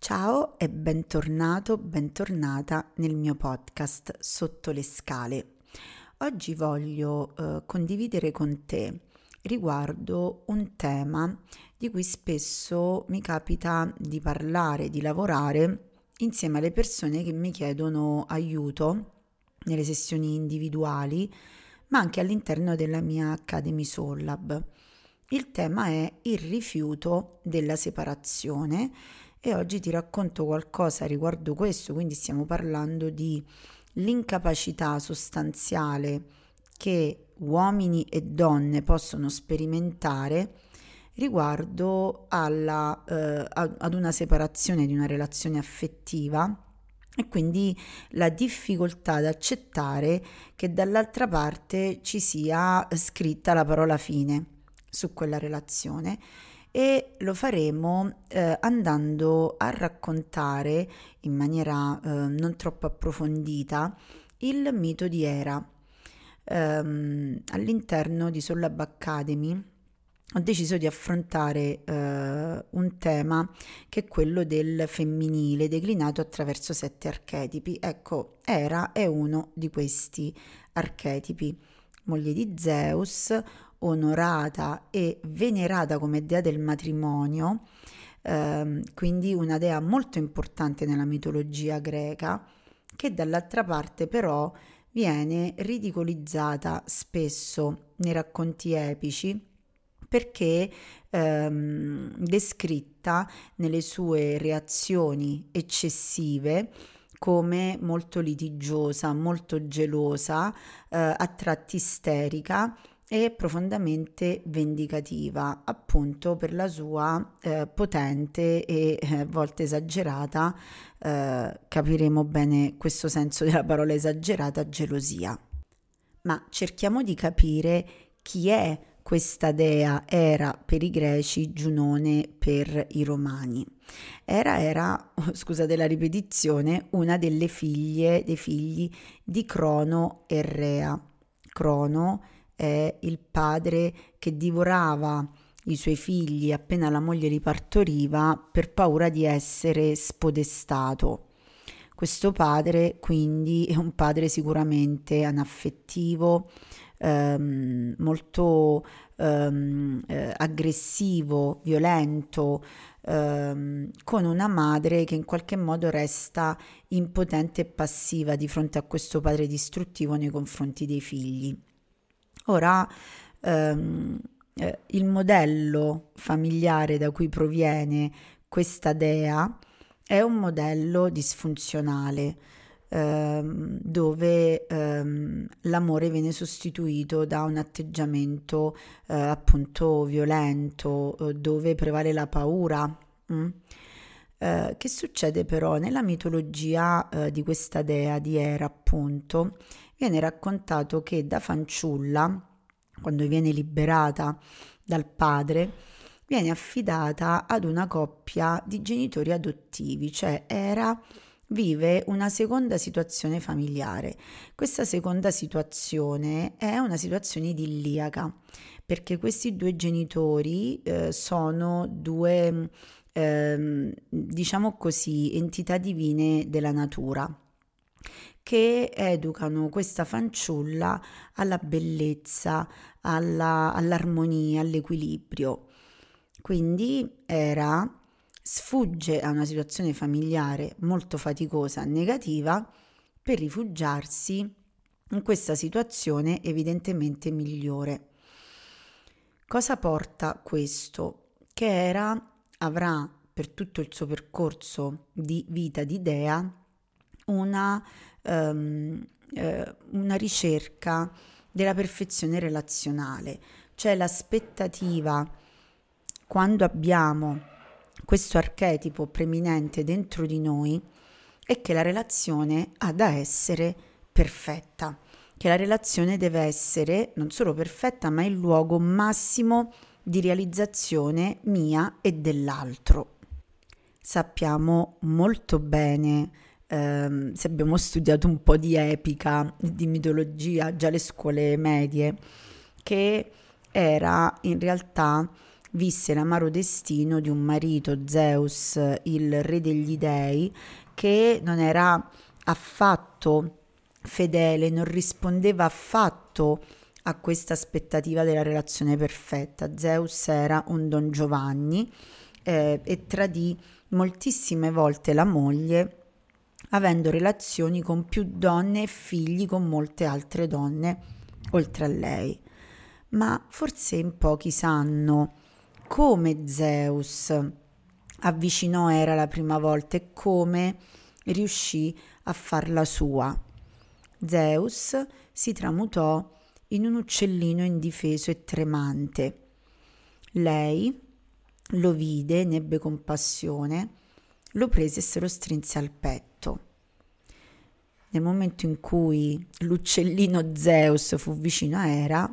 Ciao e bentornato, bentornata nel mio podcast Sotto le scale. Oggi voglio condividere con te riguardo un tema di cui spesso mi capita di parlare, di lavorare insieme alle persone che mi chiedono aiuto nelle sessioni individuali, ma anche all'interno della mia Academy Soul Lab. Il tema è il rifiuto della separazione e oggi ti racconto qualcosa riguardo questo, quindi stiamo parlando di l'incapacità sostanziale che uomini e donne possono sperimentare riguardo ad una separazione di una relazione affettiva e quindi la difficoltà ad accettare che dall'altra parte ci sia scritta la parola fine su quella relazione e lo faremo andando a raccontare in maniera non troppo approfondita il mito di Era. All'interno di Soul Lab Academy ho deciso di affrontare un tema che è quello del femminile declinato attraverso 7 archetipi. Ecco, Era è uno di questi archetipi, moglie di Zeus, onorata e venerata come dea del matrimonio, quindi una dea molto importante nella mitologia greca, che dall'altra parte però viene ridicolizzata spesso nei racconti epici perché descritta nelle sue reazioni eccessive come molto litigiosa, molto gelosa, a tratti isterica e profondamente vendicativa, appunto per la sua potente e a volte esagerata, capiremo bene questo senso della parola esagerata, gelosia. Ma cerchiamo di capire chi è questa dea. Era per i greci, Giunone per i romani. Era, scusate la ripetizione, una dei figli di Crono e Rea. Crono è il padre che divorava i suoi figli appena la moglie li partoriva per paura di essere spodestato. Questo padre quindi è un padre sicuramente anaffettivo, molto aggressivo, violento, con una madre che in qualche modo resta impotente e passiva di fronte a questo padre distruttivo nei confronti dei figli. Ora, il modello familiare da cui proviene questa dea è un modello disfunzionale, dove l'amore viene sostituito da un atteggiamento appunto violento, dove prevale la paura. Che succede però nella mitologia di questa dea di Era, appunto, viene raccontato che da fanciulla, quando viene liberata dal padre, viene affidata ad una coppia di genitori adottivi, cioè Era vive una seconda situazione familiare. Questa seconda situazione è una situazione idilliaca, perché questi due genitori sono due, diciamo così, entità divine della natura che educano questa fanciulla alla bellezza, all'armonia, all'equilibrio. Quindi Era sfugge a una situazione familiare molto faticosa e negativa per rifugiarsi in questa situazione evidentemente migliore. Cosa porta questo? Che Era avrà per tutto il suo percorso di vita di dea una ricerca della perfezione relazionale, cioè l'aspettativa quando abbiamo questo archetipo preminente dentro di noi è che la relazione ha da essere perfetta, che la relazione deve essere non solo perfetta, ma il luogo massimo di realizzazione mia e dell'altro. Sappiamo molto bene, se abbiamo studiato un po' di epica, di mitologia, già alle scuole medie, che Era in realtà visse l'amaro destino di un marito, Zeus, il re degli dei, che non era affatto fedele, non rispondeva affatto a questa aspettativa della relazione perfetta. Zeus era un Don Giovanni e tradì moltissime volte la moglie, avendo relazioni con più donne e figli con molte altre donne oltre a lei. Ma forse in pochi sanno come Zeus avvicinò Era la prima volta e come riuscì a farla sua. Zeus si tramutò in un uccellino indifeso e tremante. Lei lo vide, ne ebbe compassione, lo prese e se lo strinse al petto. Nel momento in cui l'uccellino Zeus fu vicino a Era,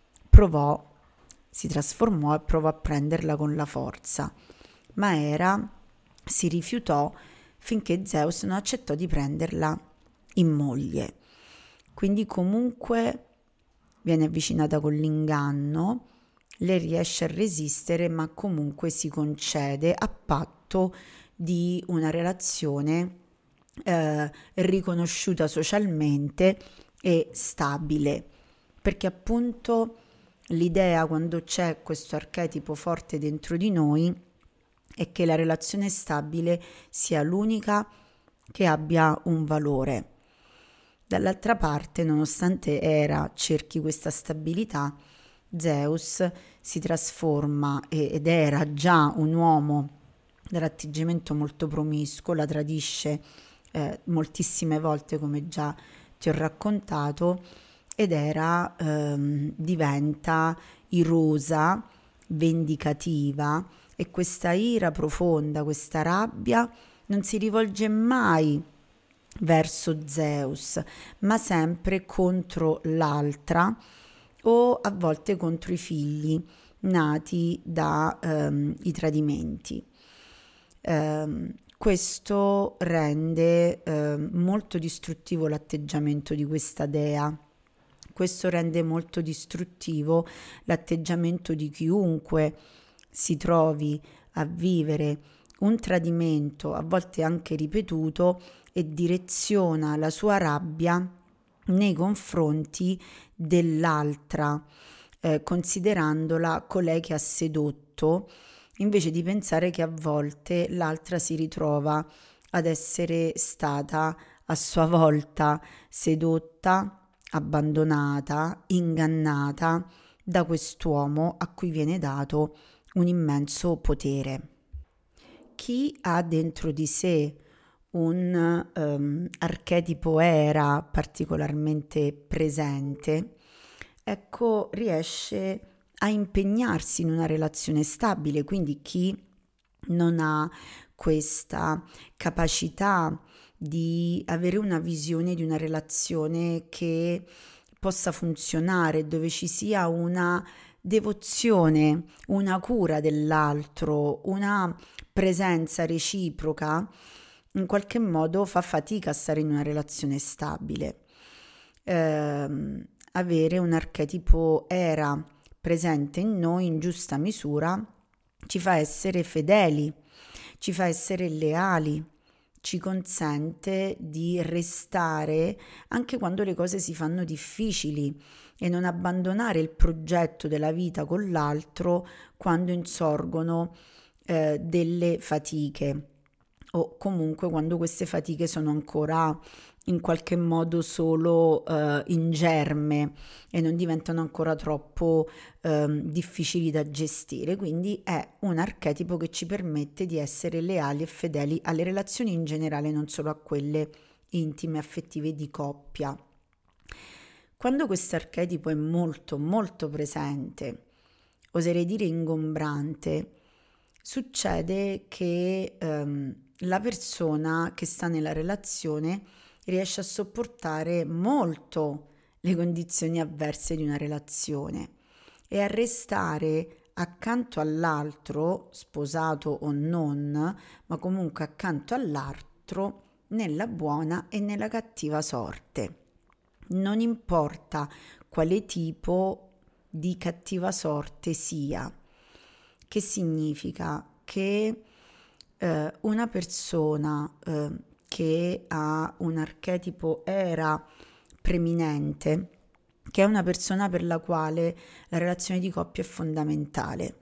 si trasformò e provò a prenderla con la forza, ma Era si rifiutò finché Zeus non accettò di prenderla in moglie. Quindi comunque viene avvicinata con l'inganno, lei riesce a resistere, ma comunque si concede a patto di una relazione riconosciuta socialmente e stabile, perché appunto l'idea, quando c'è questo archetipo forte dentro di noi, è che la relazione stabile sia l'unica che abbia un valore. Dall'altra parte, nonostante Era cerchi questa stabilità, Zeus si trasforma ed era già un uomo dall'atteggiamento molto promiscuo, la tradisce moltissime volte, come già ti ho raccontato, ed Era diventa irosa, vendicativa, e questa ira profonda, questa rabbia non si rivolge mai verso Zeus, ma sempre contro l'altra o a volte contro i figli nati dai tradimenti. Questo rende molto distruttivo l'atteggiamento di questa dea. Questo rende molto distruttivo l'atteggiamento di chiunque si trovi a vivere un tradimento, a volte anche ripetuto, e direziona la sua rabbia nei confronti dell'altra, considerandola colei che ha sedotto, invece di pensare che a volte l'altra si ritrova ad essere stata a sua volta sedotta, abbandonata, ingannata da quest'uomo a cui viene dato un immenso potere. Chi ha dentro di sé un archetipo Era particolarmente presente, ecco, riesce a impegnarsi in una relazione stabile. Quindi chi non ha questa capacità di avere una visione di una relazione che possa funzionare, dove ci sia una devozione, una cura dell'altro, una presenza reciproca, in qualche modo fa fatica a stare in una relazione stabile. Avere un archetipo Era presente in noi in giusta misura ci fa essere fedeli, ci fa essere leali, ci consente di restare anche quando le cose si fanno difficili e non abbandonare il progetto della vita con l'altro quando insorgono delle fatiche, o comunque quando queste fatiche sono ancora in qualche modo solo in germe e non diventano ancora troppo difficili da gestire. Quindi è un archetipo che ci permette di essere leali e fedeli alle relazioni in generale, non solo a quelle intime, affettive di coppia. Quando questo archetipo è molto molto presente, oserei dire ingombrante, succede che la persona che sta nella relazione riesce a sopportare molto le condizioni avverse di una relazione e a restare accanto all'altro, sposato o non, ma comunque accanto all'altro, nella buona e nella cattiva sorte. Non importa quale tipo di cattiva sorte sia. Che significa che una persona che ha un archetipo era preminente, che è una persona per la quale la relazione di coppia è fondamentale.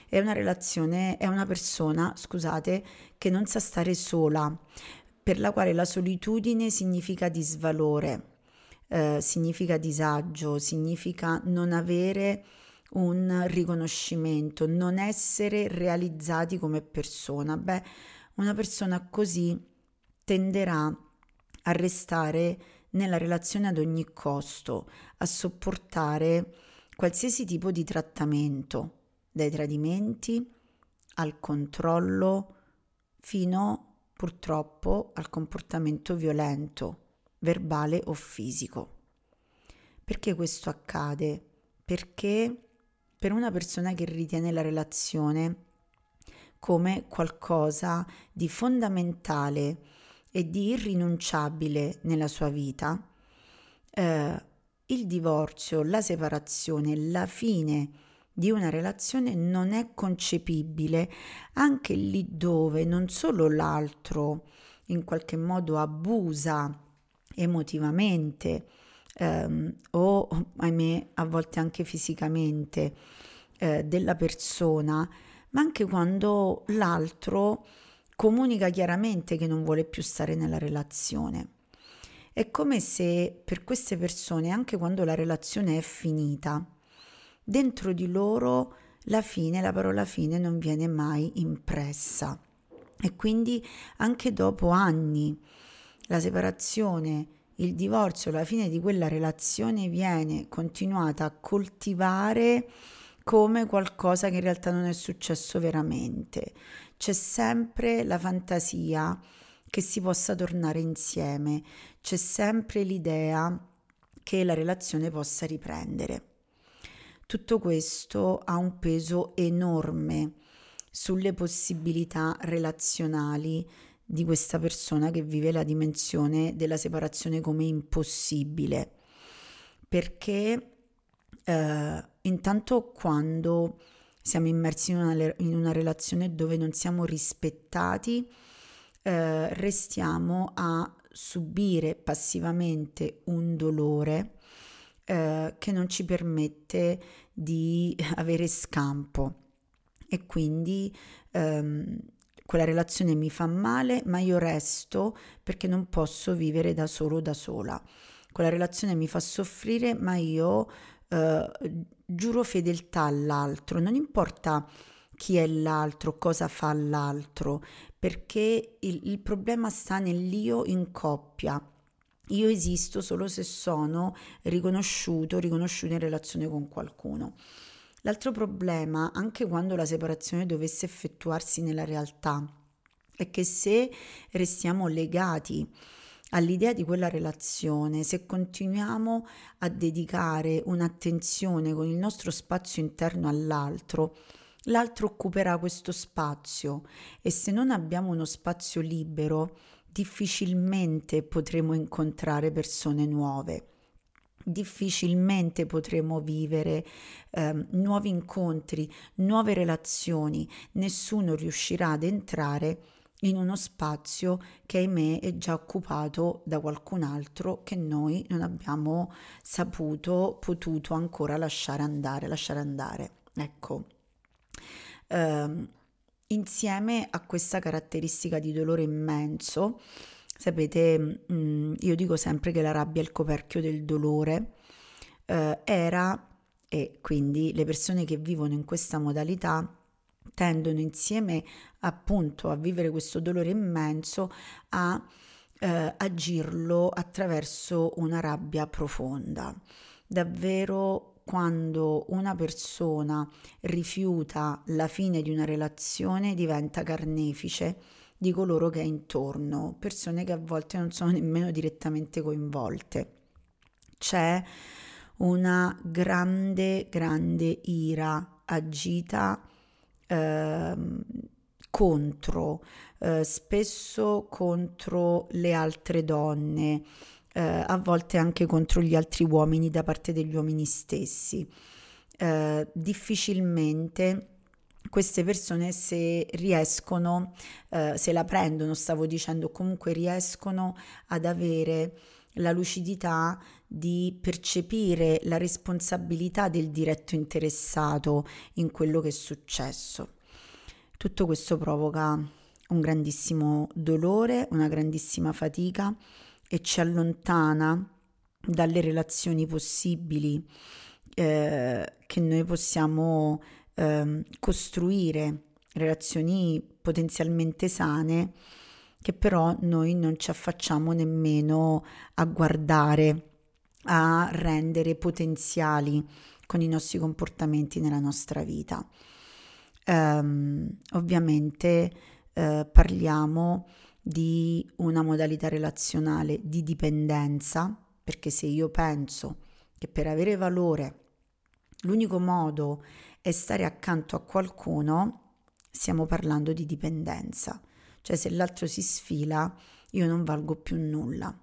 È una persona, scusate, che non sa stare sola, per la quale la solitudine significa disvalore, significa disagio, significa non avere un riconoscimento, non essere realizzati come persona. Beh, una persona così tenderà a restare nella relazione ad ogni costo, a sopportare qualsiasi tipo di trattamento, dai tradimenti al controllo, fino purtroppo al comportamento violento, verbale o fisico. Perché questo accade? Perché per una persona che ritiene la relazione come qualcosa di fondamentale e di irrinunciabile nella sua vita, il divorzio, la separazione, la fine di una relazione non è concepibile anche lì dove non solo l'altro in qualche modo abusa emotivamente o ahimè a volte anche fisicamente della persona, ma anche quando l'altro comunica chiaramente che non vuole più stare nella relazione. È come se per queste persone, anche quando la relazione è finita, dentro di loro la fine, la parola fine non viene mai impressa. E quindi anche dopo anni la separazione, il divorzio, la fine di quella relazione viene continuata a coltivare come qualcosa che in realtà non è successo veramente. C'è sempre la fantasia che si possa tornare insieme, c'è sempre l'idea che la relazione possa riprendere. Tutto questo ha un peso enorme sulle possibilità relazionali di questa persona che vive la dimensione della separazione come impossibile, perché intanto quando siamo immersi in una relazione dove non siamo rispettati, restiamo a subire passivamente un dolore che non ci permette di avere scampo e quindi quella relazione mi fa male, ma io resto perché non posso vivere da solo o da sola. Quella relazione mi fa soffrire, ma io giuro fedeltà all'altro, non importa chi è l'altro, cosa fa l'altro, perché il problema sta nell'io in coppia. Io esisto solo se sono riconosciuta in relazione con qualcuno. L'altro problema, anche quando la separazione dovesse effettuarsi nella realtà, è che se restiamo legati all'idea di quella relazione, se continuiamo a dedicare un'attenzione con il nostro spazio interno all'altro, l'altro occuperà questo spazio e se non abbiamo uno spazio libero, difficilmente potremo incontrare persone nuove. Difficilmente potremo vivere nuovi incontri, nuove relazioni, nessuno riuscirà ad entrare in uno spazio che ahimè è già occupato da qualcun altro che noi non abbiamo potuto ancora lasciare andare. Ecco, insieme a questa caratteristica di dolore immenso, sapete, io dico sempre che la rabbia è il coperchio del dolore, e quindi le persone che vivono in questa modalità tendono insieme appunto a vivere questo dolore immenso a agirlo attraverso una rabbia profonda. Davvero quando una persona rifiuta la fine di una relazione diventa carnefice di coloro che è intorno, persone che a volte non sono nemmeno direttamente coinvolte. C'è una grande, grande ira agita contro, spesso contro le altre donne, a volte anche contro gli altri uomini da parte degli uomini stessi. Difficilmente queste persone se riescono, se la prendono, stavo dicendo, comunque riescono ad avere la lucidità di percepire la responsabilità del diretto interessato in quello che è successo. Tutto questo provoca un grandissimo dolore, una grandissima fatica e ci allontana dalle relazioni possibili che noi possiamo costruire, relazioni potenzialmente sane che però noi non ci affacciamo nemmeno a guardare, a rendere potenziali con i nostri comportamenti nella nostra vita. Ovviamente parliamo di una modalità relazionale di dipendenza, perché se io penso che per avere valore l'unico modo è stare accanto a qualcuno, stiamo parlando di dipendenza. Cioè se l'altro si sfila, io non valgo più nulla.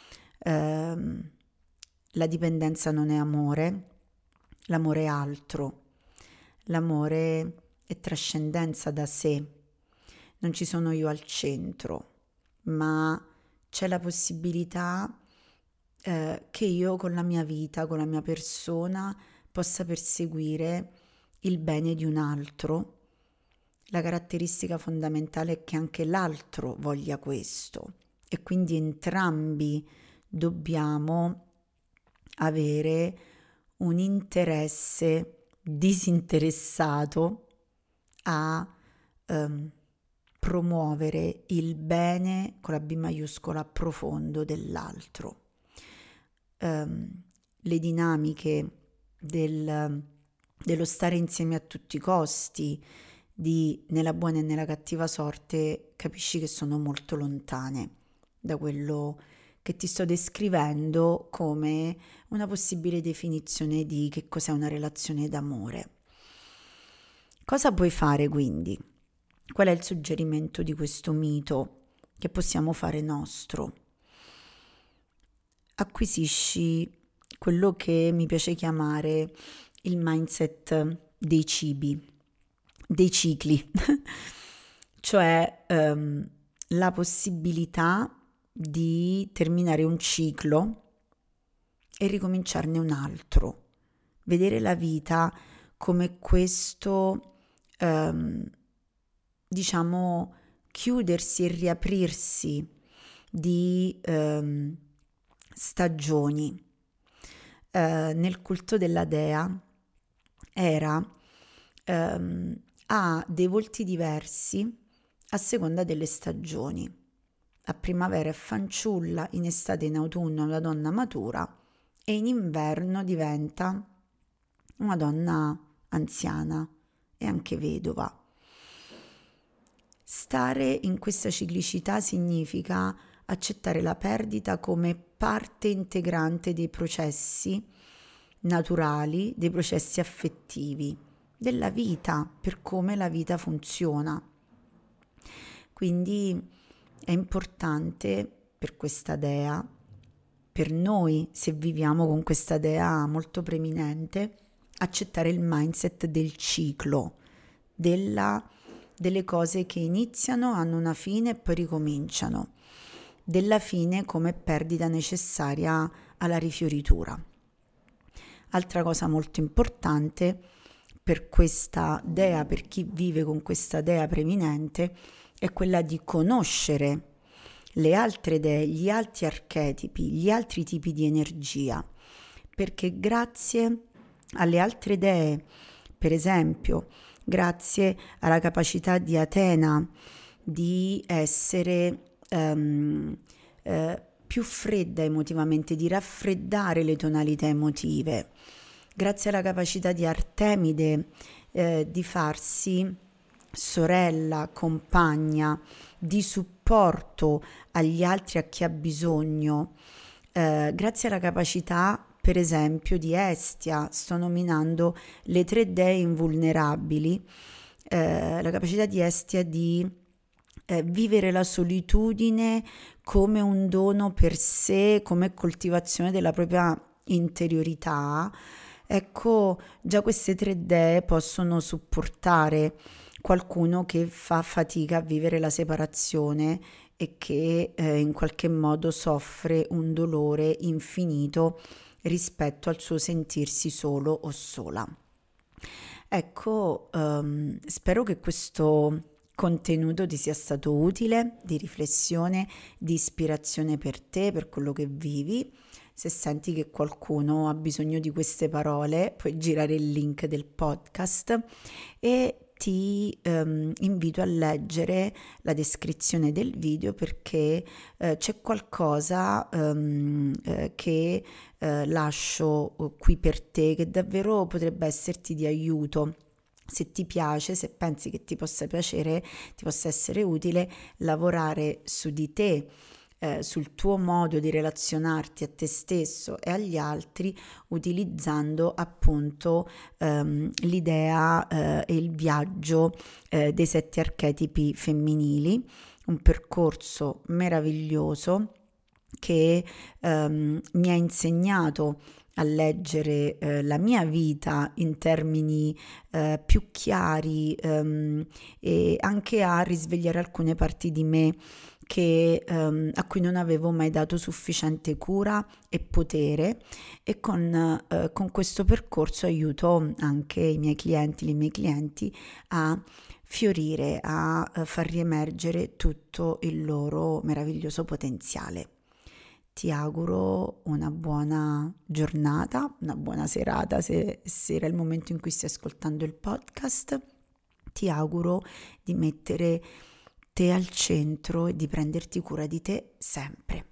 La dipendenza non è amore, l'amore è altro. L'amore è trascendenza da sé. Non ci sono io al centro, ma c'è la possibilità che io con la mia vita, con la mia persona, possa perseguire il bene di un altro. La caratteristica fondamentale è che anche l'altro voglia questo e quindi entrambi dobbiamo avere un interesse disinteressato a promuovere il bene con la B maiuscola profondo dell'altro. Le dinamiche dello stare insieme a tutti i costi, di nella buona e nella cattiva sorte, capisci che sono molto lontane da quello che ti sto descrivendo come una possibile definizione di che cos'è una relazione d'amore. Cosa puoi fare quindi? Qual è il suggerimento di questo mito che possiamo fare nostro? Acquisisci quello che mi piace chiamare il mindset dei cibi, dei cicli, cioè la possibilità di terminare un ciclo e ricominciarne un altro, vedere la vita come questo, diciamo, chiudersi e riaprirsi di stagioni. Nel culto della dea ha dei volti diversi a seconda delle stagioni. A primavera è fanciulla, in estate e in autunno una donna matura e in inverno diventa una donna anziana e anche vedova. Stare in questa ciclicità significa accettare la perdita come parte integrante dei processi naturali, dei processi affettivi, della vita, per come la vita funziona. Quindi è importante per questa dea, per noi se viviamo con questa dea molto preminente, accettare il mindset del ciclo, delle cose che iniziano, hanno una fine e poi ricominciano, della fine come perdita necessaria alla rifioritura. Altra cosa molto importante per questa dea, per chi vive con questa dea preminente, è quella di conoscere le altre dee, gli altri archetipi, gli altri tipi di energia, perché grazie alle altre dee, per esempio, grazie alla capacità di Atena di essere più fredda emotivamente, di raffreddare le tonalità emotive, grazie alla capacità di Artemide di farsi sorella, compagna, di supporto agli altri, a chi ha bisogno, grazie alla capacità per esempio di Estia, sto nominando le 3 dee invulnerabili, la capacità di Estia di vivere la solitudine come un dono per sé, come coltivazione della propria interiorità, Ecco, già queste 3 idee possono supportare qualcuno che fa fatica a vivere la separazione e che in qualche modo soffre un dolore infinito rispetto al suo sentirsi solo o sola. Ecco, spero che questo contenuto ti sia stato utile, di riflessione, di ispirazione per te, per quello che vivi. Se senti che qualcuno ha bisogno di queste parole, puoi girare il link del podcast e ti invito a leggere la descrizione del video perché c'è qualcosa che lascio qui per te che davvero potrebbe esserti di aiuto. Se ti piace, se pensi che ti possa piacere, ti possa essere utile, lavorare su di te, sul tuo modo di relazionarti a te stesso e agli altri utilizzando appunto l'idea e il viaggio dei 7 archetipi femminili, un percorso meraviglioso che mi ha insegnato a leggere la mia vita in termini più chiari e anche a risvegliare alcune parti di me a cui non avevo mai dato sufficiente cura e potere, e con questo percorso aiuto anche i miei clienti, le mie clienti a fiorire, a far riemergere tutto il loro meraviglioso potenziale. Ti auguro una buona giornata, una buona serata se era il momento in cui stai ascoltando il podcast. Ti auguro di mettere te al centro e di prenderti cura di te sempre.